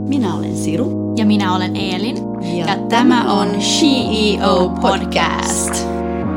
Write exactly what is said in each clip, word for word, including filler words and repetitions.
Minä olen Siru. Ja minä olen Eelin. Ja, ja tämä on She E O Podcast.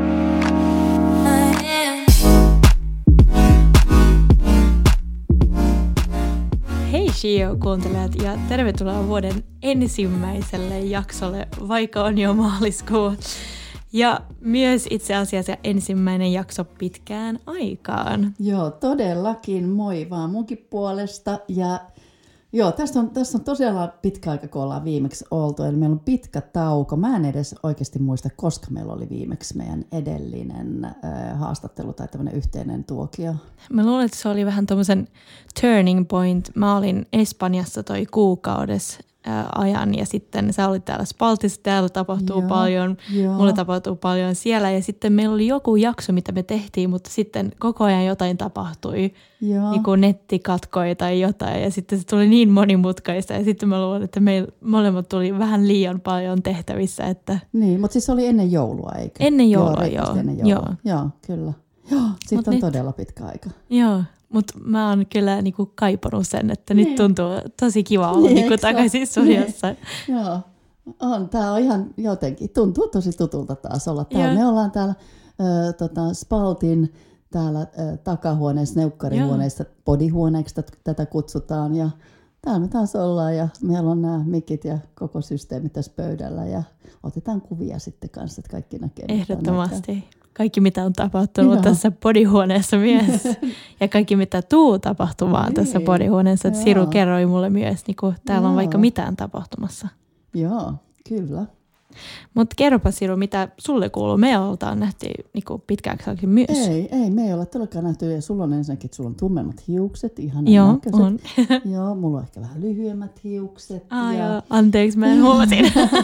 Hei She E O-kuuntelijat ja tervetuloa vuoden ensimmäiselle jaksolle, vaikka on jo maaliskuu. Ja myös itse asiassa ensimmäinen jakso pitkään aikaan. Joo, todellakin. Moi vaan munkin puolesta. Ja joo, tästä on, tästä on tosiaan pitkä aika, kun ollaan viimeksi oltu. Eli meillä on pitkä tauko. Mä en edes oikeasti muista, koska meillä oli viimeksi meidän edellinen äh, haastattelu tai tämmöinen yhteinen tuokio. Mä luulen, että se oli vähän tommosen turning point. Mä olin Espanjassa toi kuukaudessa ajan ja sitten sä olit täällä Spaltissa, täällä tapahtuu joo, paljon, joo. Mulle tapahtuu paljon siellä ja sitten meillä oli joku jakso, mitä me tehtiin, mutta sitten koko ajan jotain tapahtui, niin kuin netti katkoi tai jotain ja sitten se tuli niin monimutkaista ja sitten mä luulen, että meillä molemmat tuli vähän liian paljon tehtävissä. Että... Niin, mutta siis se oli ennen joulua, eikö? Ennen joulua, joo. Joo, ennen joulua. joo. joo kyllä. Joo, siitä on nyt... todella pitkä aika. Joo. Mutta mä oon kyllä niinku kaipannut sen, että niin. Nyt tuntuu tosi kiva olla niin, niinku takaisin studiossa. Niin. Joo, on. Tää on ihan jotenkin, tuntuu tosi tutulta taas olla täällä. Me ollaan täällä äh, tota, Spaltin täällä äh, takahuoneessa, neukkarihuoneessa, podihuoneeksi tätä kutsutaan. Ja täällä me taas ollaan ja meillä on nämä mikit ja koko systeemi tässä pöydällä ja otetaan kuvia sitten kanssa, että kaikki näkee. Ehdottomasti. Kaikki, mitä on tapahtunut Joo. tässä podihuoneessa myös. Ja kaikki, mitä tuu tapahtumaan niin. tässä podihuoneessa. Että Siru kerroi mulle myös, niin kun täällä Joo. on vaikka mitään tapahtumassa. Joo, kyllä. Mutta kerropa Siru, mitä sulle kuuluu? Me oltaan nähty niin pitkäksi aikaa myös. Ei, ei, me ei olla todellakaan nähty. Ja sulla on ensinnäkin, että sulla on tummemmat hiukset, ihanan Joo, näköiset. on. Joo, mulla on ehkä vähän lyhyemmät hiukset. Ah, ja... joo, anteeksi, mä en huomasin.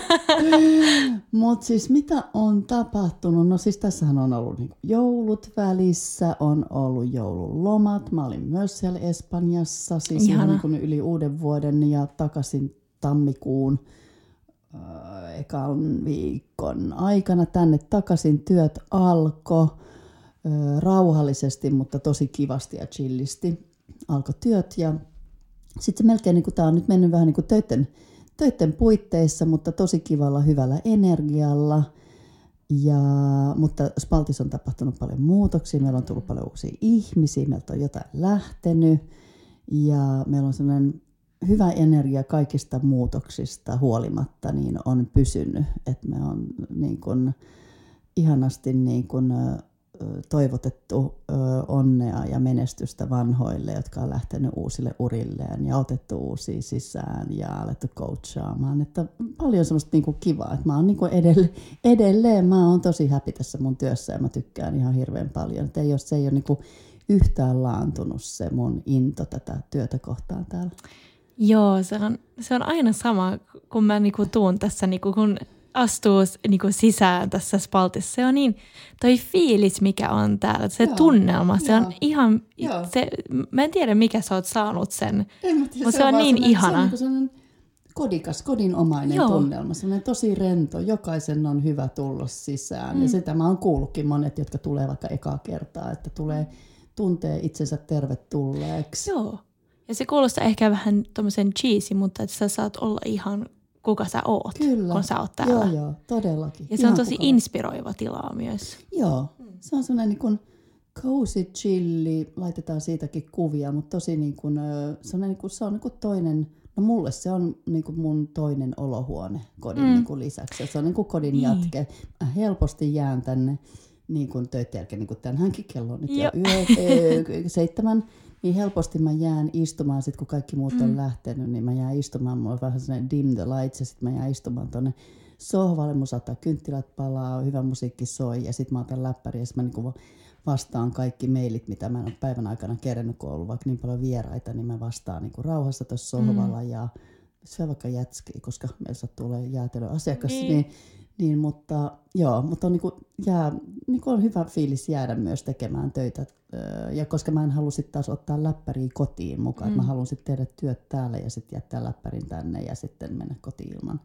Mutta siis mitä on tapahtunut? No siis tässähän on ollut niin joulut välissä, on ollut joululomat. Mä olin myös siellä Espanjassa, siis ihan niin yli uuden vuoden ja takaisin tammikuun äh, ekan viikon aikana tänne takaisin. Työt alkoi äh, rauhallisesti, mutta tosi kivasti ja chillisti alkoi työt. Ja sitten melkein, niin kuin tämä on nyt mennyt vähän niin kuin töiden, töiden puitteissa, mutta tosi kivalla, hyvällä energialla. Ja, mutta Spaltissa on tapahtunut paljon muutoksia, meillä on tullut paljon uusia ihmisiä, meiltä on jotain lähtenyt ja meillä on sellainen hyvä energia kaikista muutoksista huolimatta niin on pysynyt, että me on niin kuin ihanasti niin kuin toivotettu onnea ja menestystä vanhoille, jotka on lähtenyt uusille urilleen ja otettu uusia sisään ja alettu coachaamaan. Että paljon semmoista niinku kivaa, että mä oon niinku edelleen, edelleen mä oon tosi happy tässä mun työssä ja mä tykkään ihan hirveän paljon. Että ei ole, se ei ole niinku yhtään laantunut se mun into tätä työtä kohtaan täällä. Joo, se on, se on aina sama, kun mä niinku tuun tässä, niinku, kun astuu niinku sisään tässä Spaltissa. Se on niin, toi fiilis, mikä on täällä, se Joo. tunnelma, se Joo. on ihan, se, mä en tiedä mikä sä oot saanut sen, mutta se, se on niin ihana. Se on niin kodikas, kodinomainen Joo. tunnelma, sellainen tosi rento, jokaisen on hyvä tulla sisään. Mm. Ja sitä mä oon kuullutkin monet, jotka tulee vaikka ekaa kertaa, että tulee, tuntee itsensä tervetulleeksi. Joo, ja se kuulostaa ehkä vähän tommosen cheesy, mutta että sä saat olla ihan kuka sä oot, Kyllä. kun sä oot täällä. Joo, joo, todellakin. Ja se Ihan on tosi kuka... inspiroiva tilaa myös. Joo, se on sellainen niin kuin cozy chilli, laitetaan siitäkin kuvia, mutta tosi niin kuin, niin kuin, se on niin kuin toinen, no mulle se on niin kuin mun toinen olohuone kodin mm. niin kuin lisäksi. Se on niin kuin kodin niin. jatke. Mä helposti jään tänne niin kuin töiden jälkeen, niin kuin tänäänkin kello nyt jo yö, seitsemän. Niin helposti mä jään istumaan, sit kun kaikki muut on mm. lähtenyt, niin mä jään istumaan, mulla on vähän sellainen dim the lights, ja sit mä jään istumaan tonne sohvalle, mun saattaa kynttilät palaa, hyvä musiikki soi, ja sit mä otan läppäri, ja sit mä niinku vastaan kaikki mailit, mitä mä en ole päivän aikana kerennyt, kun on ollut vaikka niin paljon vieraita, niin mä vastaan niinku rauhassa tuossa sohvalla, mm. ja syö vaikka jätskiä, koska meillä sattuu olemaan jäätelöasiakas, niin, niin Niin, mutta joo, mutta on, niin kuin, jää, niin kuin on hyvä fiilis jäädä myös tekemään töitä. Ja koska mä en halua sitten taas ottaa läppäriä kotiin mukaan, mm. mä haluan sitten tehdä työt täällä ja sitten jättää läppärin tänne ja sitten mennä kotiin ilman.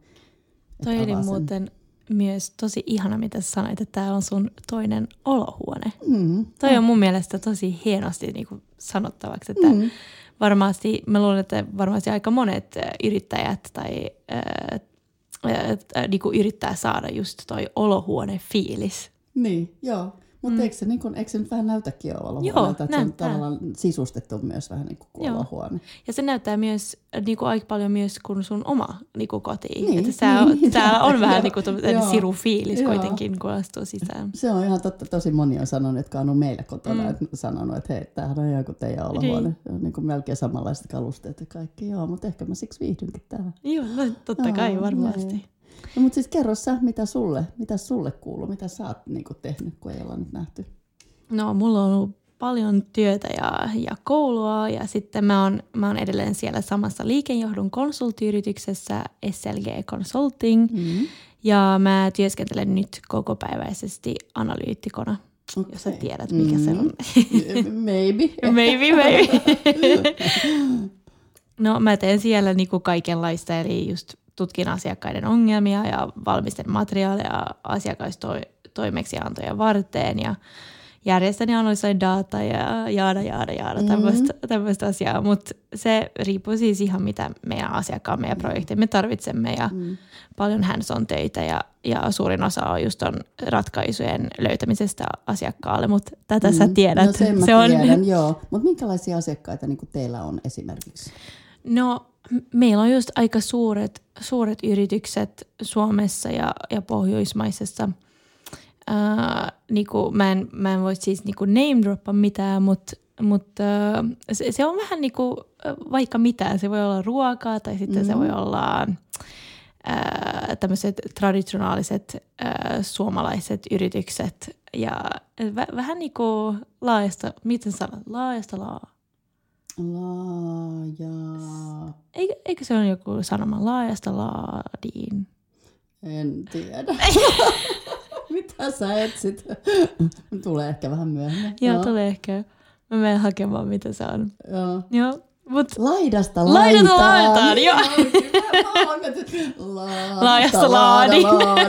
Toi oli muuten myös tosi ihana, mitä sä sanoit, että tää on sun toinen olohuone. Mm. Toi on mun mielestä tosi hienosti niin kuin sanottavaksi, että mm. varmasti, mä luulen, että varmasti aika monet yrittäjät tai ää, ää, niin kuin yrittää saada just toi olohuone-fiilis. Niin, joo. Mutta mm. eikö, se, niin kun, eikö se nyt vähän näytäkin jo olohuoneelta, että se on tavallaan sisustettu myös vähän niin kuin olohuone. Ja se näyttää myös niin kuin aika paljon myös kuin sun oma niin kuin kotiin. Niin, että sä, niin, niin, täällä on niin, vähän joo, niin kuin sirufiilis kuitenkin, kun astuu sisään. Se on ihan totta. Tosi moni on sanonut, jotka on ollut meillä kotona, mm. että sanonut, että hei, tämähän on ihan kuin teidän olohuone. Niin. Niin kuin melkein samanlaiset kalusteet ja kaikki. Joo, mutta ehkä mä siksi viihdynkin täällä. Joo, no, totta kai joo, varmasti. Niin. No, mutta siis kerro sä, mitä sulle, mitä sulle kuuluu, mitä sä oot niin kuin tehnyt, kun ei olla nyt nähty? No, mulla on ollut paljon työtä ja, ja koulua ja sitten mä oon, mä oon edelleen siellä samassa liikejohdon konsulttiyrityksessä S L G Consulting mm-hmm. ja mä työskentelen nyt kokopäiväisesti analyytikona, okay. jos sä tiedät mikä mm-hmm. se on. Maybe. maybe, maybe. No mä teen siellä niinku kaikenlaista, eli just tutkin asiakkaiden ongelmia ja valmistan materiaaleja asiakaistoimeksiantoja varten ja järjestän ja analysoin dataa ja jaada, jaada, jaada, tämmöistä, tämmöistä asiaa. Mutta se riippuu siis ihan mitä meidän asiakkaamme ja projekteja me tarvitsemme ja mm. paljon hands-on töitä ja, ja suurin osa on just on ratkaisujen löytämisestä asiakkaalle, mutta tätä mm. sä tiedät. No sen mä se on... tiedän, joo. Mutta minkälaisia asiakkaita niin kuin teillä on esimerkiksi? No meillä on just aika suuret, suuret yritykset Suomessa ja, ja Pohjoismaisessa. Uh, niinku, mä, en, mä en voi siis niinku name droppa mitään, mutta mut, uh, se, se on vähän niinku, vaikka mitään. Se voi olla ruokaa tai sitten mm-hmm. se voi olla uh, tämmöiset traditionaaliset uh, suomalaiset yritykset. Ja v- vähän niinku laajasta, miten sanot, laajasta laa? Laaja. Eikö, eikö se ole joku sanoma? Laajasta laadiin? En tiedä. Mitä sä etsit? Tulee ehkä vähän myöhemmin. Joo, no. tulee ehkä. Mä menen hakemaan, mitä se on. Joo. Joo. Mut laidasta laitaan. Laidasta laitaan, joo. Laajasta laadiin.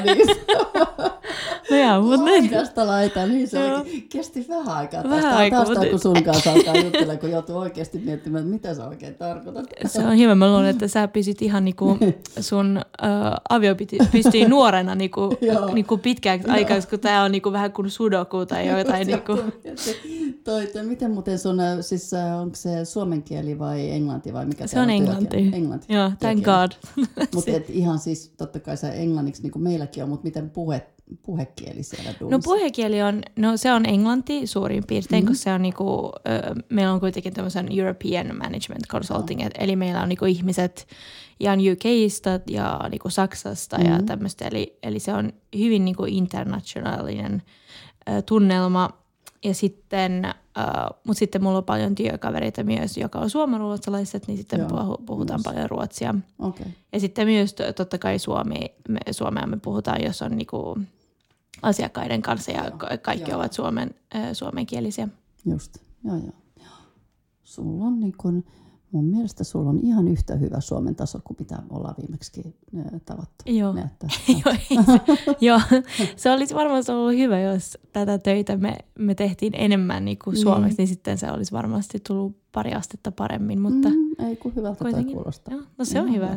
No joo, mut laidasta laitaan, niin se joo. kesti vähän aikaa. Vähän aikaa. Taas kun sun kanssa alkaa juttelemaan, kun joutuu oikeasti miettimään, että mitä sä oikein tarkoitat. Se on hyvä. Mä luulen, että sä pysyt ihan niinku sun uh, avio pystyi nuorena niinku, niinku pitkään aikaa, kun tää on niinku vähän kuin sudoku tai jotain. niinku. Toi, toi, miten muuten sun, siis onko se suomen kieli vai englanti vai mikä se on? Englanti. Englanti. Joo, thank God. Mutta ihan siis totta kai se englanniksi niin kuin meilläkin on, mutta miten puhe, puhekieli siellä duunissa? No puhekieli on, no se on englanti suurin piirtein, mm-hmm. koska se on niinku, ö, meillä on kuitenkin tämmöisen European Management Consulting, oh. eli meillä on niinku ihmiset ihan U K:sta ja niinku Saksasta mm-hmm. ja tämmöistä, eli, eli se on hyvin niinku internationaalinen ö, tunnelma. Ja sitten, uh, mutta sitten mulla on paljon työkavereita myös, joka on suomenruotsalaiset, niin sitten Joo, puhutaan myös. paljon ruotsia. Okay. Ja sitten myös totta kai suomi, me, suomea me puhutaan, jos on niinku asiakkaiden kanssa ja Joo, kaikki Joo. ovat suomen, äh, suomenkielisiä. Just, joo joo. Sulla on niin kun, mun mielestä sulla on ihan yhtä hyvä Suomen taso kuin mitä ollaan viimeksi tavattu. Joo. Joo, se olisi varmaan ollut hyvä, jos tätä töitä me, me tehtiin enemmän niin kuin suomeksi, niin. niin sitten se olisi varmasti tullut pari astetta paremmin. Mutta mm, ei kun hyvältä toi kuulostaa. Joo, no se on, on hyvä.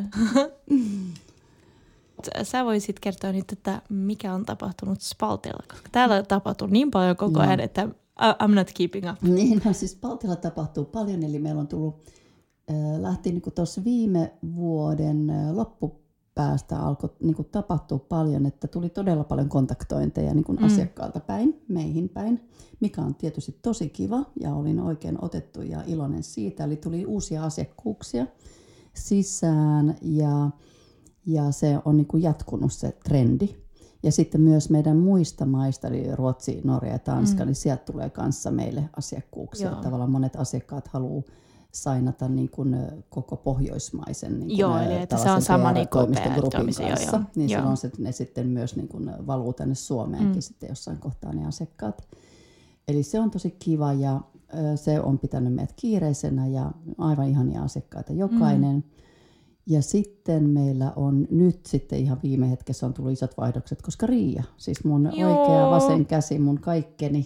Sä voisit kertoa nyt, että mikä on tapahtunut Spaltilla, koska täällä tapahtuu niin paljon koko ajan, no. että I'm not keeping up. Niin, no siis Spaltilla tapahtuu paljon, eli meillä on tullut lähti niin kuin tuossa viime vuoden loppupäästä alkoi niin kuin tapahtua paljon, että tuli todella paljon kontaktointeja niin kuin mm. asiakkaalta päin, meihin päin, mikä on tietysti tosi kiva ja olin oikein otettu ja iloinen siitä. Eli tuli uusia asiakkuuksia sisään ja, ja se on niin kuin jatkunut se trendi. Ja sitten myös meidän muista maista, eli Ruotsi, Norja ja Tanska, mm. niin sieltä tulee kanssa meille asiakkuuksia. Tavallaan monet asiakkaat haluaa sainata niin kuin koko pohjoismaisen niin kuin joo, eli että se on sama niin kuin toimistogrupin kanssa. Joo, niin joo. silloin se, ne sitten myös niin kuin valuu tänne Suomeenkin mm. sitten jossain kohtaa ne asiakkaat. Eli se on tosi kiva ja se on pitänyt meidät kiireisenä ja aivan ihania asiakkaita jokainen. Mm. Ja sitten meillä on nyt sitten ihan viime hetkessä on tullut isot vaihdokset, koska Riia, siis mun joo. oikea vasen käsi, mun kaikkeni,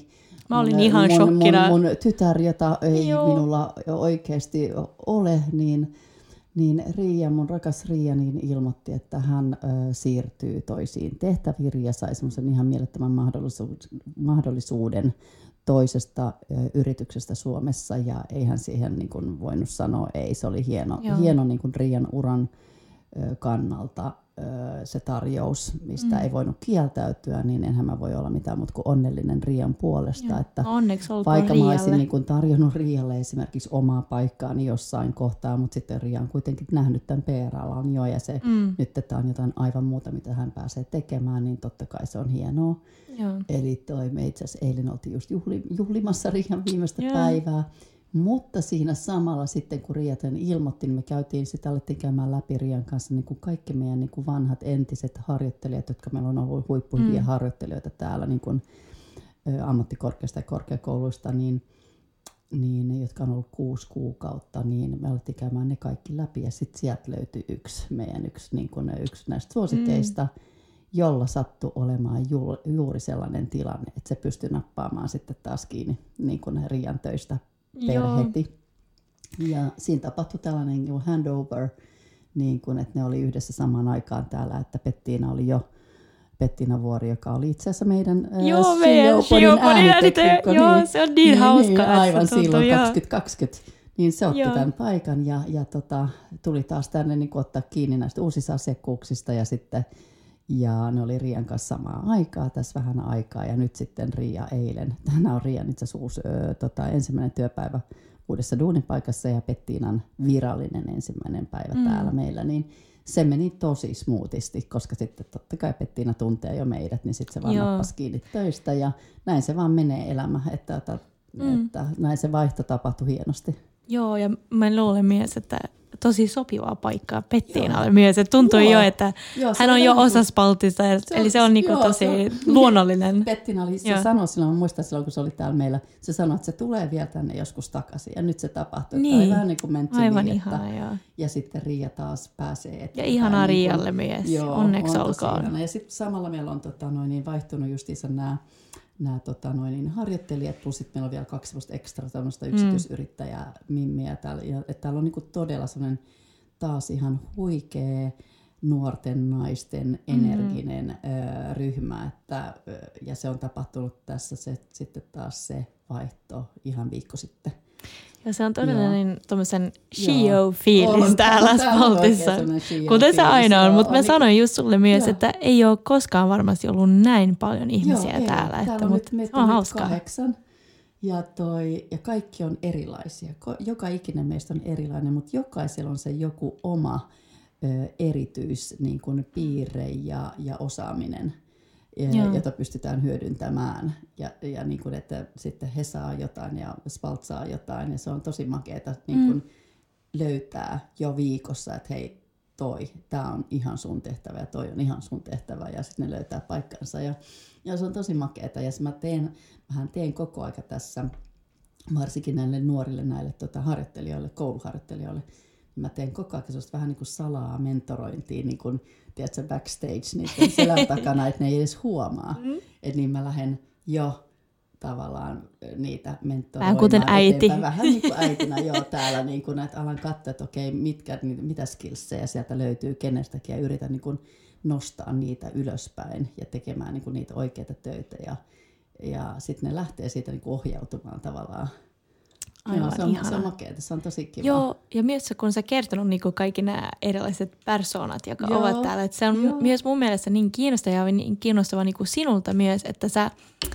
Mä olin mun, ihan mun, shokkina. Mun, mun tytär, jota ei Joo. minulla oikeasti ole, niin, niin Riia, mun rakas Riia, niin ilmoitti, että hän ö, siirtyy toisiin tehtäviin ja sai semmoisen ihan mielettömän mahdollisuuden, mahdollisuuden toisesta ö, yrityksestä Suomessa ja eihän siihen niin kuin voinut sanoa ei. Se oli hieno, hieno niin kuin Riian uran ö, kannalta ö, se tarjous, mistä mm. ei voinut kieltäytyä, niin enhän mä voi olla mitään muuta kuin onnellinen Riian puolesta. Joo. Että Onneksi olkoon vaikka Riialle. mä olisin niin kuin tarjonnut Riialle esimerkiksi omaa paikkaani jossain kohtaa, mutta sitten Riia on kuitenkin nähnyt tämän P R-alan jo ja se, mm. nyt tämä on jotain aivan muuta, mitä hän pääsee tekemään, niin totta kai se on hienoa. Joo. Eli toi, me itse asiassa eilen oltiin just juhli, juhlimassa Riian viimeistä Joo. päivää, mutta siinä samalla sitten kun Riia tämän ilmoitti, niin me käytiin sitten alettiin käymään läpi Riian kanssa niin kuin kaikki meidän niin kuin vanhat entiset harjoittelijat, jotka meillä on ollut huippuhyviä mm. harjoittelijoita täällä niin kuin ammattikorkeasta ja korkeakouluista, niin, niin, jotka on ollut kuusi kuukautta, niin me alettiin käymään ne kaikki läpi ja sitten sieltä löytyi yksi meidän yksi, niin kuin yksi näistä suosikeista, mm. jolla sattui olemaan ju, juuri sellainen tilanne, että se pystyi nappaamaan sitten taas kiinni niin kuin Riian töistä per heti. Ja siinä tapahtui tällainen niin handover, niin kuin, että ne oli yhdessä samaan aikaan täällä, että Pettiina oli jo Pettiina Vuori, joka oli itse asiassa meidän Joo, uh, meidän Shioponin äänitekniikko. Joo, niin, se on niin, niin hauska. Niin, aivan tuntuu, silloin joo. kaksituhattakaksikymmentä. Niin se otti joo. tämän paikan ja, ja tota, tuli taas tänne niin ottaa kiinni näistä uusista asiakkuuksista ja sitten ja ne oli Riian kanssa samaa aikaa, tässä vähän aikaa ja nyt sitten Riia eilen. Tänään on Riian itse asiassa uusi, ö, tota, ensimmäinen työpäivä uudessa duunipaikassa ja Pettiinan virallinen ensimmäinen päivä mm. täällä meillä, niin se meni tosi smoothisti, koska sitten totta kai Pettiina tuntee jo meidät, niin sitten se vaan Joo. nappasi kiinni töistä ja näin se vaan menee elämä, että, että, mm. että näin se vaihto tapahtui hienosti. Joo, ja mä luulen myös, että tosi sopivaa paikkaa Pettiinalle myös. Et tuntui joo. jo, että joo, hän on jo niin osa Spaltista, se eli se on niinku joo, tosi se on, luonnollinen. Pettiina oli, se sanoi silloin, mä muistan silloin, kun se oli täällä meillä, se sanoi, että se tulee vielä tänne joskus takaisin. Ja nyt se tapahtui. Niin. Oli vähän niin kuin menty aivan niin, ihana, että, joo. Ja sitten Riia taas pääsee eteenpäin. Ja ihanaa niin Riialle myös, joo, onneksi on olkoon. Ja sitten samalla meillä on tota, noin, niin vaihtunut justiinsa nämä nämä tota, noin, niin harjoittelijat, plus sitten meillä on vielä kaksi semmoista ekstra tämmöistä yksityisyrittäjää mimmiä täällä. Ja, että täällä on niinku todella semmoinen taas ihan huikea nuorten naisten energinen mm-hmm. ö, ryhmä. Että, ö, ja se on tapahtunut tässä se, sitten taas se vaihto ihan viikko sitten. Ja se on todella niin tommosen shio-fiilis täällä Spaltissa, kuten se aina on. Mutta mä sanoin just sulle myös, joo. että ei ole koskaan varmasti ollut näin paljon ihmisiä joo, täällä. Täällä että, on mutta nyt, se on hauskaa. Kahdeksan. Ja, toi, ja kaikki on erilaisia. Joka ikinen meistä on erilainen, mutta jokaisella on se joku oma ö, erityis niin kuin piirre ja, ja osaaminen, ja, jota pystytään hyödyntämään. Ja, ja niin kuin, että sitten he saa jotain ja Spalt saa jotain. Ja se on tosi makeata niin kuin mm. löytää jo viikossa, että hei, toi, tää on ihan sun tehtävä ja toi on ihan sun tehtävä. Ja sitten ne löytää paikkansa. Ja, ja se on tosi makeata. Ja mä teen, mähän teen koko aika tässä, varsinkin näille nuorille näille tota, harjoittelijoille, kouluharjoittelijoille, mä teen koko ajan sellaista vähän niin kuin salaa mentorointia, niin kuin, tiedätkö, backstage niiden selän takana, että ne ei edes huomaa. Mm. Että niin mä lähden jo tavallaan niitä mentoroimaan. Vähän kuten äiti. Eteenpäin. Vähän niin kuin äitinä jo täällä, niin kuin, että alan katsoa, että okei, mitkä, mitä skillsejä sieltä löytyy kenestäkin ja yritän niin kuin nostaa niitä ylöspäin ja tekemään niin kuin niitä oikeita töitä. Ja, ja sitten ne lähtee siitä niin kuin ohjautumaan tavallaan. Aivan joo, se on, ihana. Se on makeata, se on tosi kiva. Joo, ja myös kun sä kertonut niin kaikki nämä erilaiset persoonat, jotka joo, ovat täällä. Että se on joo. myös mun mielestä niin kiinnostavaa ja niin kiinnostavaa niin kuin sinulta myös, että sä,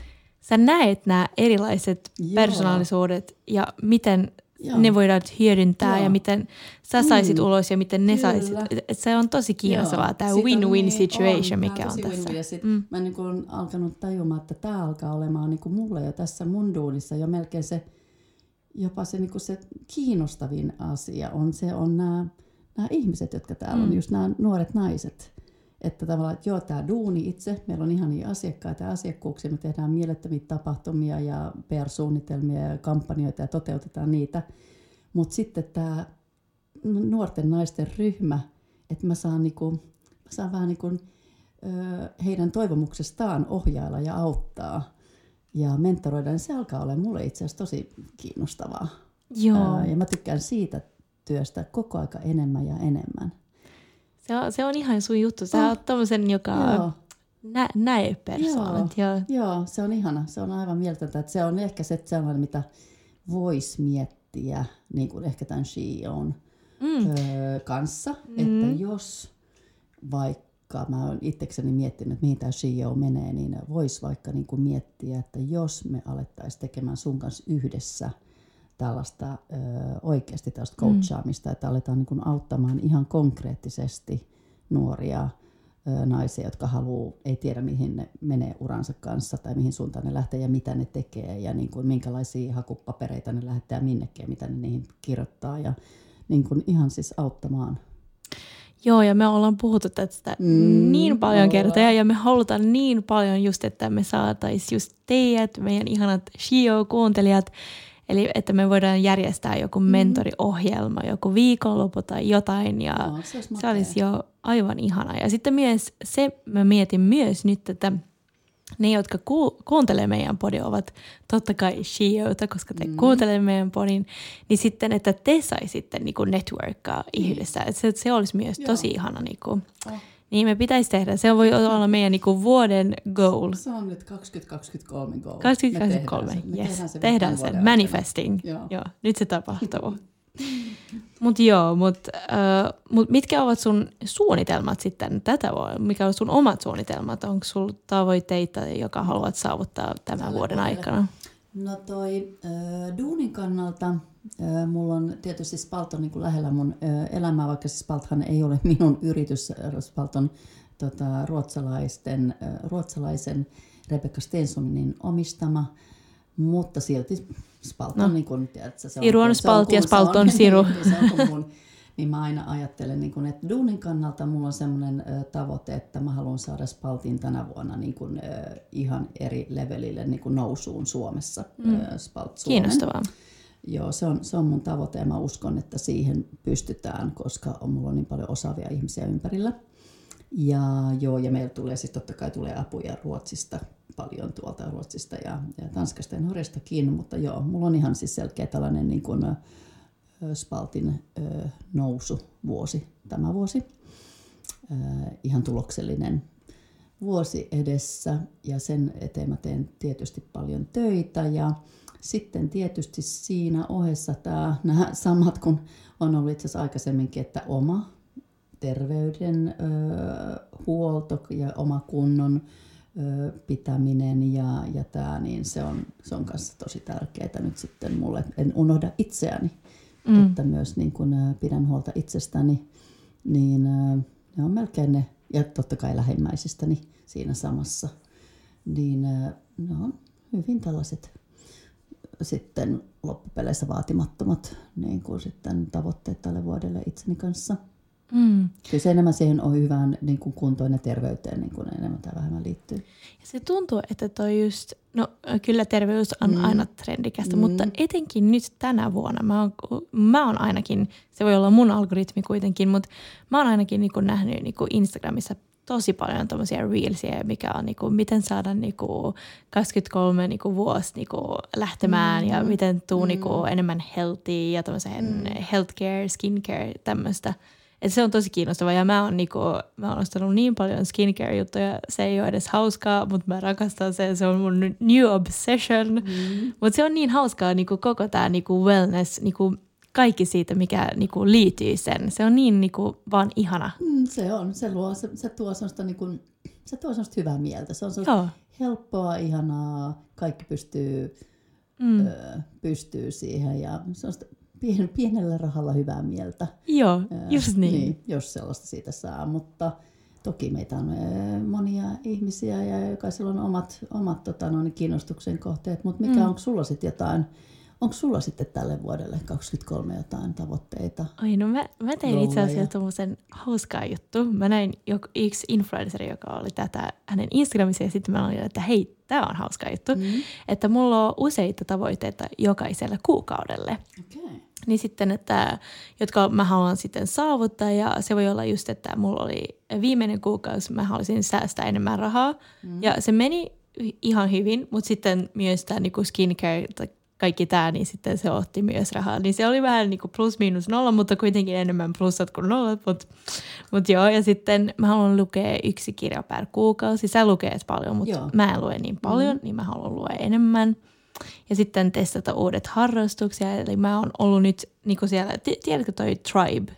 sä näet nämä erilaiset joo. persoonallisuudet ja miten joo. ne voidaan hyödyntää joo. ja miten sä saisit mm. ulos ja miten ne Kyllä. saisit. Et se on tosi kiinnostavaa, tämä win-win niin, situation, on, mikä on, on tässä. Ja sit mm. mä niin kuin alkanut tajumaan, että tämä alkaa olemaan niin kuin mulle jo tässä mun duunissa jo melkein se jopa se, niin kuin se kiinnostavin asia on, se on nämä, nämä ihmiset, jotka täällä mm. on, just nämä nuoret naiset. Että tavallaan, että joo, tämä duuni itse, meillä on ihania asiakkaita ja asiakkuuksia, me tehdään mielettömiä tapahtumia ja P R-suunnitelmia ja kampanjoita ja toteutetaan niitä. Mutta sitten tämä nuorten naisten ryhmä, että mä saan, niin kuin, mä saan vähän niin kuin, ö, heidän toivomuksestaan ohjailla ja auttaa. ja mentoroida, niin se alkaa olla mulle itse asiassa tosi kiinnostavaa. Joo. Ää, ja mä tykkään siitä työstä koko aika enemmän ja enemmän. Se on, se on ihan sun juttu. Sä oh. oot tommosen, joka nä, näe persoonat. Joo. Joo, se on ihana. Se on aivan mieltöntä. Että se on ehkä se sellainen, mitä voisi miettiä niin kuin ehkä tämän S H E O:n mm. öö, kanssa. Mm. Että jos vaikka, mä oon itsekseni miettinyt, että mihin tämä S H E O menee, niin voisi vaikka niin kuin miettiä, että jos me alettaisiin tekemään sun kanssa yhdessä tällaista ö, oikeasti tällaista coachaamista, mm. että aletaan niin kuin auttamaan ihan konkreettisesti nuoria ö, naisia, jotka haluaa, ei tiedä mihin ne menee uransa kanssa tai mihin suuntaan ne lähtee ja mitä ne tekee ja niin kuin minkälaisia hakupapereita ne lähettää minnekin ja mitä ne niihin kirjoittaa ja niin kuin ihan siis auttamaan. Joo, ja me ollaan puhuttu tästä mm, niin paljon kertaa ja me halutaan niin paljon just, että me saataisiin just teidät, meidän ihanat S H E O-kuuntelijat. Eli että me voidaan järjestää joku mentoriohjelma, joku viikonloppu tai jotain ja no, se, olisi se olisi jo aivan ihana. Ja sitten myös se, mä mietin myös nyt, että ne, jotka ku, kuuntelee meidän podin, ovat totta kai S H E O:ta, koska te mm. kuuntelee meidän podin, niin sitten, että te saisitte niinku networkkaa mm. yhdessä. Että se, se olisi myös Joo. tosi ihana. Niinku. Oh. Niin me pitäisi tehdä. Se voi olla meidän niinku vuoden goal. Se on nyt kaksituhattakaksikymmentäkolme goal. kaksituhattakaksikymmentäkolme, yes. Tehdään se, tehdään se. Manifesting. Joo. Joo, nyt se tapahtuu. Mutta joo, mut, äh, mut mitkä ovat sun suunnitelmat sitten tätä vuotta? Mikä on sun omat suunnitelmat? Onko sulla tavoitteita, joka haluat saavuttaa tämän Tällä vuoden vuodelle. aikana? No toi äh, duunin kannalta, äh, mulla on tietysti Spalt on niin kuin lähellä mun äh, elämää, vaikka siis Spalthan ei ole minun yritys. Spalt on tota, ruotsalaisten, äh, ruotsalaisen Rebecca Stenssonin omistama, mutta silti Spalt on no. niin kuin, tiedätkö, se on, Siru on Spalt ja Spalt on Siru. Se on mun, niin mä aina ajattelen, niin kuin, että duunin kannalta mulla on semmoinen ö, tavoite, että mä haluan saada Spaltin tänä vuonna niin kuin, ö, ihan eri levelille niin kuin nousuun Suomessa. Mm. Ö, Spalt Suomen. Kiinnostavaa. Joo, se on, se on mun tavoite ja mä uskon, että siihen pystytään, koska on, mulla on niin paljon osaavia ihmisiä ympärillä. Ja joo, ja meillä tulee siis totta kai tulee apuja Ruotsista, paljon tuolta Ruotsista ja, ja Tanskasta ja Norjastakin, mutta joo, mulla on ihan siis selkeä tällainen niin kuin, ö, Spaltin ö, nousuvuosi tämä vuosi. Ö, ihan tuloksellinen vuosi edessä ja sen eteen mä teen tietysti paljon töitä ja sitten tietysti siinä ohessa tämä, nämä samat kuin on ollut itse asiassa aikaisemminkin, että oma terveydenhuolto ja oma kunnon ö, pitäminen ja, ja tämä, niin se on, se on kanssa tosi tärkeää nyt sitten mulle. En unohda itseäni, mm. että myös niin kun, ö, pidän huolta itsestäni, niin ö, ne on melkein ne, ja totta kai lähimmäisistäni siinä samassa, niin ö, ne on hyvin tällaiset sitten loppupeleissä vaatimattomat niin kuin sitten tavoitteet tälle vuodelle itseni kanssa. Mm. Kyllä se enemmän siihen on hyvään niin kuin kuntoon ja terveyteen niin kuin enemmän tai vähemmän liittyy. Ja se tuntuu, että toi just, no kyllä terveys on mm. aina trendikästä, mm. mutta etenkin nyt tänä vuonna, mä oon, mä oon ainakin, se voi olla mun algoritmi kuitenkin, mutta mä oon ainakin niin kuin nähnyt niin kuin Instagramissa tosi paljon tommosia reelsia, mikä on niinku, miten saada niinku kaksikymmentäkolme niinku vuosi niinku lähtemään mm. ja miten tuu mm. niinku enemmän healthy ja tommoseen mm. healthcare, skincare, tämmöistä. Et se on tosi kiinnostavaa ja mä oon, niinku, mä oon ostanut niin paljon skincare-juttuja, se ei ole edes hauskaa, mutta mä rakastan sen, se on mun new obsession. Mm. Mutta se on niin hauskaa niinku, koko tää niinku, wellness, niinku, kaikki siitä, mikä niinku, liittyy sen. Se on niin niinku, vaan ihana. Mm, se on. Se, luo, se, se tuo sellaista, niinku, se tuo sellaista hyvää mieltä. Se on sellaista helppoa, ihanaa. Kaikki pystyy, mm. ö, pystyy siihen ja sellaista pien, pienellä rahalla hyvää mieltä. Joo, ö, just niin. niin. Jos sellaista siitä saa, mutta toki meitä on ö, monia ihmisiä ja jokaisella on omat, omat tota, noin, kiinnostuksen kohteet, mutta mikä mm. onko sulla sitten jotain? Onko sulla sitten tälle vuodelle kaksikymmentäkolme jotain tavoitteita? Ai no mä, mä tein itse asiassa tommosen hauskaa juttu. Mä näin joku, yksi influenceri, joka oli tätä hänen Instagramissa ja sitten mä olin, että hei, tää on hauskaa juttu. Mm. Että mulla on useita tavoitteita jokaiselle kuukaudelle. Okay. Niin sitten, että jotka mä haluan sitten saavuttaa ja se voi olla just, että mulla oli viimeinen kuukausi, mä haluaisin säästää enemmän rahaa. Mm. Ja se meni ihan hyvin, mutta sitten myös tämä niinku skincare, kaikki tämä, niin sitten se otti myös rahaa. Niin se oli vähän niinku plus miinus nolla, mutta kuitenkin enemmän plussat kuin nollat. Mutta mut joo, ja sitten mä haluan lukea yksi kirja per kuukausi. Sä lukeet paljon, mutta joo. Mä en lue niin paljon, mm-hmm. niin mä haluan lukea enemmän. Ja sitten testata uudet harrastuksia. Eli mä oon ollut nyt niinku siellä, tiedätkö toi Tribe?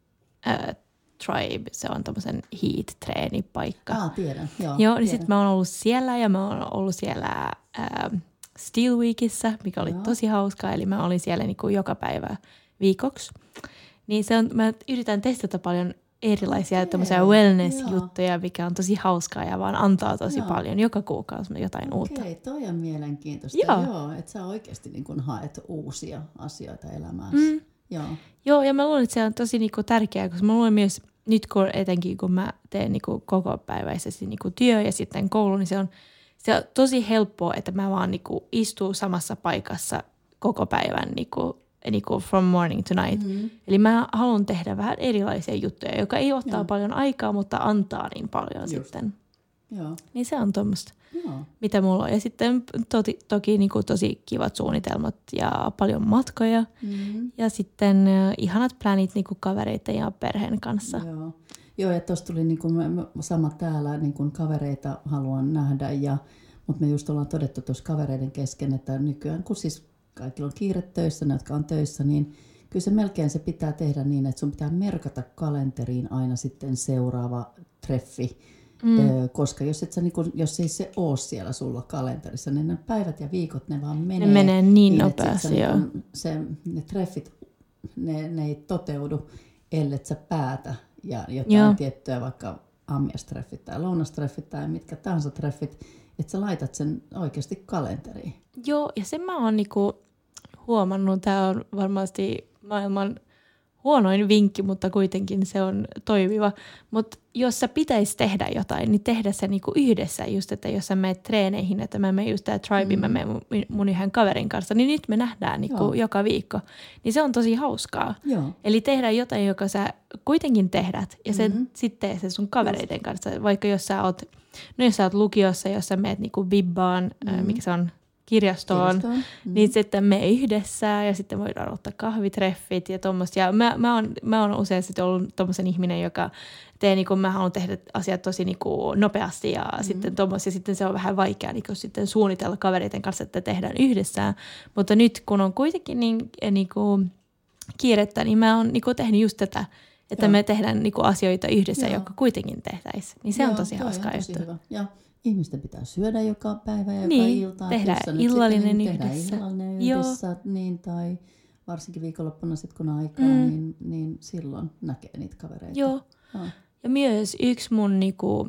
Äh, Tribe, se on tommosen heat-treenipaikka. Ah, tiedän, joo. Joo, niin sitten mä oon ollut siellä ja mä oon ollut siellä äh, Steel Weekissä, mikä oli joo. tosi hauskaa. Eli mä olin siellä niinku joka päivä viikoksi. Niin se on, mä yritän testata paljon erilaisia okay. tämmöisiä wellness-juttuja, joo. mikä on tosi hauskaa ja vaan antaa tosi joo. paljon joka kuukausi jotain okay, uutta. Okei, toi on mielenkiintoista. Joo, joo että sä oikeasti niin kun haet uusia asioita elämääsi. Mm. Joo. Joo, ja mä luulen, että se on tosi niinku tärkeää, koska mä luulen myös nyt kun etenkin kun mä teen niinku kokopäiväisesti niinku työ ja sitten koulu, niin se on, se on tosi helppoa, että mä vaan niinku istun samassa paikassa koko päivän niinku, niinku from morning to night. Mm-hmm. Eli mä haluan tehdä vähän erilaisia juttuja, joka ei ottaa Joo. paljon aikaa, mutta antaa niin paljon Just. sitten. Joo. Niin se on tuommoista, mitä mulla on. Ja sitten toti, toki niin kuin tosi kivat suunnitelmat ja paljon matkoja. Mm-hmm. Ja sitten uh, ihanat plänit niin kuin kavereiden ja perheen kanssa. Joo, Joo ja tuossa tuli niin kuin sama täällä, niin kuin kavereita haluan nähdä. Ja, mutta me just ollaan todettu tuossa kavereiden kesken, että nykyään kun siis kaikilla on kiire töissä, ne jotka on töissä, niin kyllä se melkein se pitää tehdä niin, että sun pitää merkata kalenteriin aina sitten seuraava treffi. Mm. Öö, koska jos, et sä, niin kun, jos ei se ole siellä sulla kalenterissa, niin ne päivät ja viikot ne vaan menee. Ne menee niin, niin nopeasti, niin, joo. Se, ne treffit, ne, ne ei toteudu, ellet sä päätä ja jotain joo. tiettyä vaikka aamiaistreffit tai lounastreffit tai mitkä tahansa treffit, että sä laitat sen oikeasti kalenteriin. Joo, ja sen mä oon niinku huomannut, tää on varmasti maailman huonoin vinkki, mutta kuitenkin se on toimiva. Mutta jos sä pitäisi tehdä jotain, niin tehdä se niinku yhdessä just, että jos sä meet treeneihin, että mä menen just tää tribe, mm. mä menen mun, mun yhden kaverin kanssa, niin nyt me nähdään niinku joka viikko. Niin se on tosi hauskaa. Joo. Eli tehdä jotain, joka sä kuitenkin tehdät, ja sen mm-hmm. sitten tee se sun kavereiden kanssa. Vaikka jos sä oot, no jos sä oot lukiossa, jos sä meet niinku bibbaan, mm-hmm. äh, mikä se on, kirjastoon, kirjastoon. Mm. Niin sitten me yhdessä ja sitten voidaan ottaa kahvitreffit ja tommoista. Ja mä, mä, oon, mä oon usein sitten ollut tommosen ihminen, joka tee niinku, mä haluan tehdä asiat tosi niinku nopeasti ja mm. sitten tommos, ja sitten se on vähän vaikea niinku sitten suunnitella kavereiden kanssa, että tehdään yhdessä. Mutta nyt kun on kuitenkin niin, niinku kiirettä, niin mä oon niinku tehnyt just tätä, että Joo. me tehdään niinku asioita yhdessä, Joo. joka kuitenkin tehtäisiin. Niin se Joo, on tosi hauskaa juttu. Ihmisten pitää syödä joka päivä ja niin, joka ilta. tehdään illallinen yhdessä. Tehdään illallinen yhdessä, niin, tai varsinkin viikonloppuna sit kun on aikaa, mm. niin, niin silloin näkee niitä kavereita. Joo, ah. ja myös yksi mun niinku,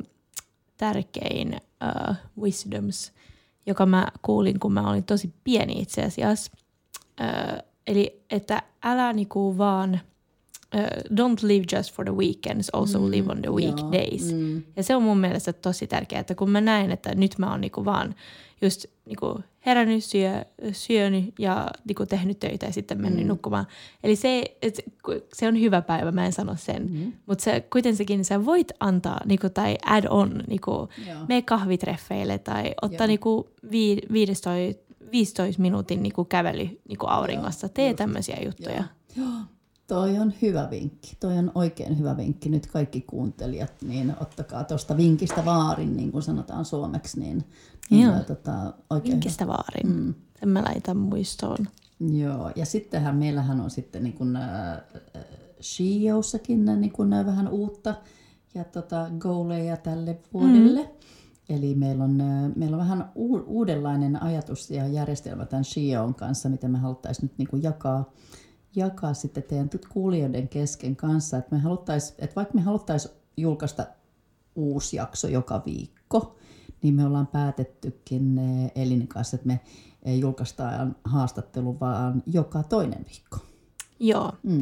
tärkein uh, wisdoms, joka mä kuulin, kun mä olin tosi pieni itse asiassa. Uh, eli että älä niinku vaan... Uh, don't live just for the weekends, also mm, live on the weekdays. Mm. Ja se on mun mielestä tosi tärkeää, että kun mä näen, että nyt mä oon niinku vaan just niinku herännyt, syö, syönyt ja niinku tehnyt töitä ja sitten mennyt mm. nukkumaan. Eli se, et, se on hyvä päivä, mä en sano sen. Mm. Mutta kuitenkin sä voit antaa niinku, tai add on, niinku, mene kahvitreffeille tai ottaa niinku, vi, viisitoista, viisitoista minuutin niinku, kävely niinku, auringossa. Tee tämmöisiä juttuja. Joo. Toi on hyvä vinkki. Toi on oikein hyvä vinkki. Nyt kaikki kuuntelijat, niin ottakaa tuosta vinkistä vaarin, niin kuin sanotaan suomeksi. Niin, niin Joo. Tota, oikein vinkistä hyvä. Vaarin. Mm. Sen mä laitan muistoon. Joo, ja sittenhän meillähän on sitten niin kuin, äh, Shiossakin niin kuin, äh, vähän uutta ja tota, goaleja tälle vuodelle. Mm. Eli meillä on, äh, meillä on vähän u- uudenlainen ajatus ja järjestelmä tämän Shion kanssa, mitä me haluttaisiin nyt niin kuin jakaa. jakaa sitten teidän kuulijoiden kesken kanssa, että, me haluttais, että vaikka me haluttaisiin julkaista uusi jakso joka viikko, niin me ollaan päätettykin Elinin kanssa, että me julkaistaan haastattelu vaan joka toinen viikko. Joo, mm.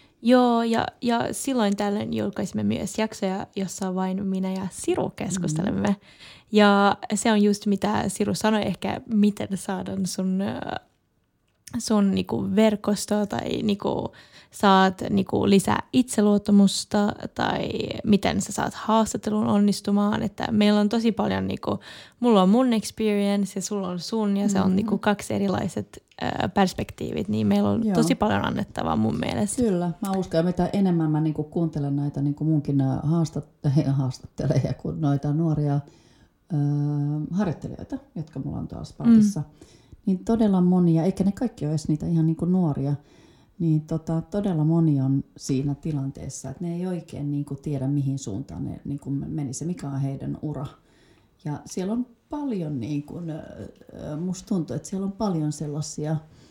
Joo ja, ja silloin tällöin julkaisimme myös jaksoja, jossa vain minä ja Siru keskustelemme. Mm. Ja se on just mitä Siru sanoi, ehkä miten saadaan sun... sun niinku verkostoa tai niinku saat niinku lisää itseluottamusta tai miten sä saat haastattelun onnistumaan. Että meillä on tosi paljon, niinku, mulla on mun experience ja sulla on sun ja se on mm-hmm. niinku kaksi erilaiset ää, perspektiivit, niin meillä on Joo. tosi paljon annettavaa mun mielestä. Kyllä, mä uskon, että mitä enemmän mä niinku kuuntelen näitä niinku munkin haastatte- haastatteleja kuin noita nuoria ää, harjoittelijoita, jotka mulla on tuolla Spartissa, mm. niin todella monia, eikä ne kaikki ole edes niitä ihan niinku nuoria, niin tota, todella moni on siinä tilanteessa, että ne ei oikein niin kuin tiedä, mihin suuntaan ne niin kuin menisi, mikä on heidän ura. Ja siellä on paljon, niin kuin, musta tuntuu, että siellä on paljon sellaisia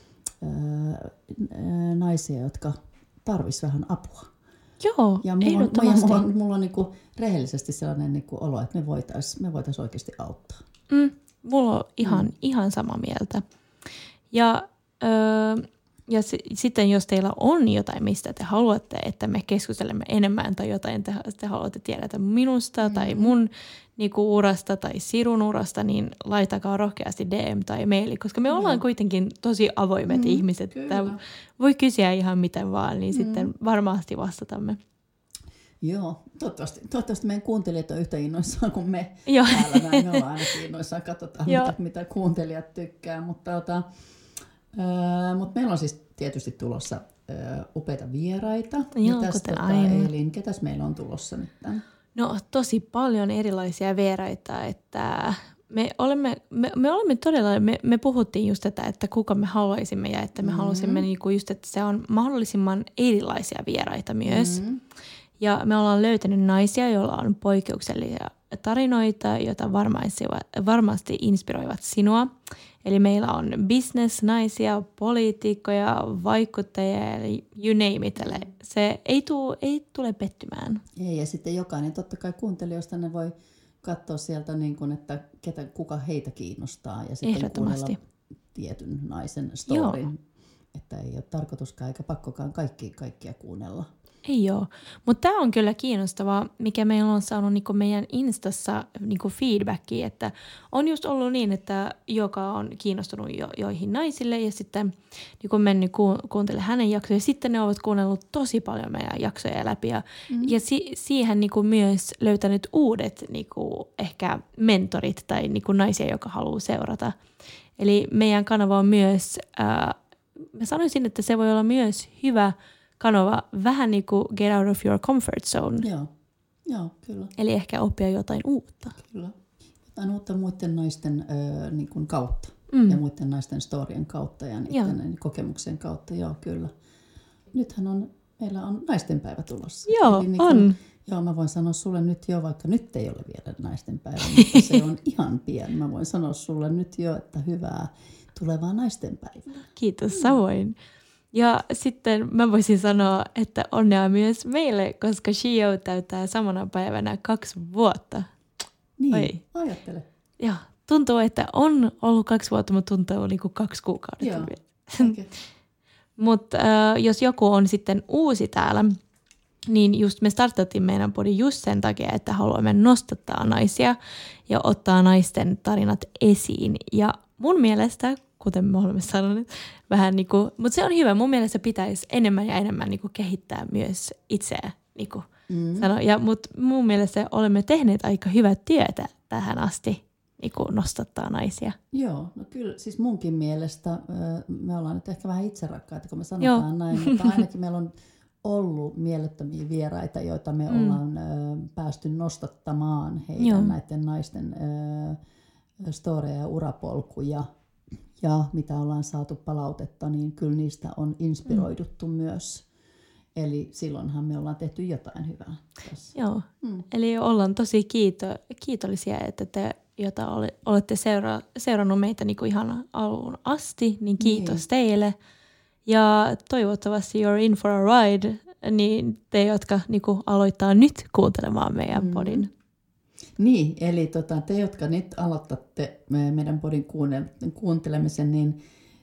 ää, naisia, jotka tarvitsisivat vähän apua. Joo, ja mulla ehdottomasti. On, mulla on, mulla on niin kuin rehellisesti sellainen niin kuin olo, että me voitaisiin me voitais oikeasti auttaa. Mm, mulla on ihan, mm. ihan sama mieltä. Ja... Öö, Ja s- sitten jos teillä on jotain, mistä te haluatte, että me keskustelemme enemmän tai jotain te, te haluatte tiedä minusta mm. tai mun niinku, urasta tai Sirun urasta, niin laitakaa rohkeasti D M tai maili, koska me mm. ollaan kuitenkin tosi avoimet mm, ihmiset. Voi kysyä ihan miten vaan, niin mm. sitten varmasti vastatamme. Joo, toivottavasti, toivottavasti meidän kuuntelijat on yhtä innoissaan kuin me Joo. täällä näin. Me ollaan ainakin innoissaan, katsotaan mitä, mitä kuuntelijat tykkää, mutta ota, Öö, mutta meillä on siis tietysti tulossa öö, upeita vieraita. Joo, Mitäs, kuten tota, aina. Elin, ketäs meillä on tulossa nyt tämän? No tosi paljon erilaisia vieraita, että me olemme, me, me olemme todella, me, me puhuttiin just tätä, että kuka me haluaisimme ja että me mm-hmm. halusimme niinku just, että se on mahdollisimman erilaisia vieraita myös. Mm-hmm. Ja me ollaan löytänyt naisia, joilla on poikkeuksellisia tarinoita, joita varmasti, varmasti inspiroivat sinua. Eli meillä on business-naisia, poliitikkoja, vaikuttajia, you name it. Eli se ei, tuu, ei tule pettymään. Ei, ja sitten jokainen, totta kai kuuntelijoista ne voi katsoa sieltä, niin kuin, että ketä, kuka heitä kiinnostaa. Ja sitten kuunnella tietyn naisen storin. Joo. Että ei ole tarkoituskaan eikä pakkokaan kaikki, kaikkia kuunnella. Ei ole, mutta tämä on kyllä kiinnostavaa, mikä meillä on saanut niinku meidän Instassa niinku feedbackia, että on just ollut niin, että joka on kiinnostunut jo, joihin naisille ja sitten niinku mennyt ku, kuuntelemaan hänen jaksoja ja sitten ne ovat kuunnellut tosi paljon meidän jaksoja läpi ja, mm-hmm. ja si, siihen niinku myös löytänyt uudet niinku ehkä mentorit tai niinku naisia, joka haluaa seurata. Eli meidän kanava on myös, ää, mä sanoisin, että se voi olla myös hyvä kanava vähän niin kuin get out of your comfort zone. Joo, Joo kyllä. Eli ehkä oppia jotain uutta. Kyllä. Jotain uutta muiden naisten ö, niin kuin kautta mm. ja muiden naisten storien kautta ja niiden kokemuksen kautta. Joo, kyllä. Nythän on, meillä on naistenpäivä tulossa. Joo, Eli niin on. kuin, joo, mä voin sanoa sulle nyt jo, vaikka nyt ei ole vielä naistenpäivä, mutta se on ihan pian. Mä voin sanoa sulle nyt jo, että hyvää tulevaa naistenpäivää. Kiitos, samoin. Ja sitten mä voisin sanoa, että onnea myös meille, koska Shio täyttää samana päivänä kaksi vuotta. Niin, Oi. ajattele. Joo, tuntuu, että on ollut kaksi vuotta, mutta tuntuu niin kuin kaksi kuukautta. Joo, okay. Mutta äh, jos joku on sitten uusi täällä, niin just me startattiin meidän podi just sen takia, että haluamme nostattaa naisia ja ottaa naisten tarinat esiin. Ja mun mielestä, kuten me olemme sanoneet, vähän niin kuin, mutta se on hyvä. Mun mielestä pitäisi enemmän ja enemmän niin kuin kehittää myös itseä. Niin kuin mm. sano. Ja, mutta mun mielestä olemme tehneet aika hyvää työtä tähän asti, niin kuin nostattaa naisia. Joo, no kyllä siis munkin mielestä me ollaan nyt ehkä vähän itserakkaita, kun me sanotaan Joo. näin, mutta ainakin meillä on ollut mielettömiä vieraita, joita me mm. ollaan ö, päästy nostattamaan heidän Joo. näiden naisten ö, storeja ja urapolkuja. Ja mitä ollaan saatu palautetta, niin kyllä niistä on inspiroiduttu mm. myös. Eli silloinhan me ollaan tehty jotain hyvää tässä. Joo, mm. eli ollaan tosi kiito, kiitollisia, että te, jota olette seura, seurannut meitä niin kuin ihan alun asti, niin kiitos niin. teille. Ja toivottavasti you're in for a ride, niin te, jotka niin kuin aloittaa nyt kuuntelemaan meidän mm. podin. Niin, eli tota, te, jotka nyt aloitatte meidän podin kuuntelemisen, niin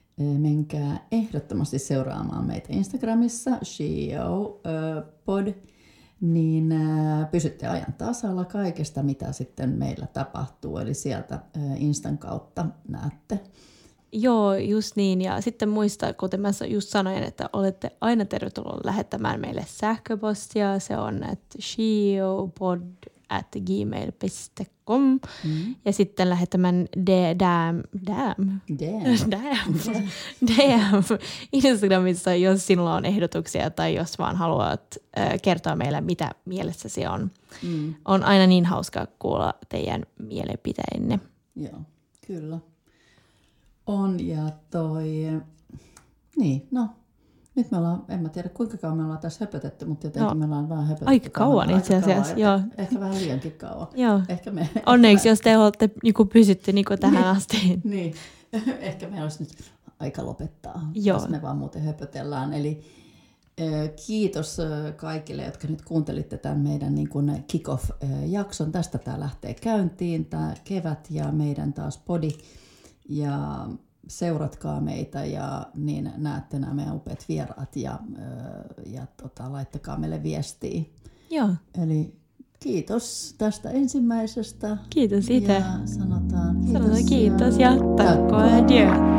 menkää ehdottomasti seuraamaan meitä Instagramissa, Shio pod, niin pysytte ajan tasalla kaikesta, mitä sitten meillä tapahtuu. Eli sieltä Instan kautta näette Joo, just niin. Ja sitten muista, kuten mä just sanoin, että olette aina tervetuloa lähettämään meille sähköpostia. Se on että shiopod at gmail piste com mm. ja sitten lähettämään d- dam, dam, Damn. Damn. D M Instagramissa, jos sinulla on ehdotuksia tai jos vaan haluat äh, kertoa meille, mitä mielessäsi on. Mm. On aina niin hauskaa kuulla teidän mielipiteenne. Joo, kyllä. On ja toi, niin, no, nyt me ollaan, en mä tiedä kuinka kauan me ollaan tässä höpötetty, mutta jotenkin no, me ollaan vähän höpötetty. Aika kauan itse asiassa, joo. Ehkä, ehkä vähän liiankin kauan. Joo. Ehkä me, Onneksi, ehkä jos te olette niinku, pysytte niinku, tähän niin, asti. Niin, ehkä meillä olisi nyt aika lopettaa, joo. jos me vaan muuten höpötellään. Eli äh, kiitos äh, kaikille, jotka nyt kuuntelitte tämän meidän niin kuin kick-off-jakson. Tästä tämä lähtee käyntiin, tämä kevät ja meidän taas podi. Ja seuratkaa meitä ja niin näette nämä meidän upeat vieraat ja, ja tota, laittakaa meille viestiä. Joo. Eli kiitos tästä ensimmäisestä. Kiitos itse. Ja sanotaan kiitos. Sanotaan kiitos ja takko adieu.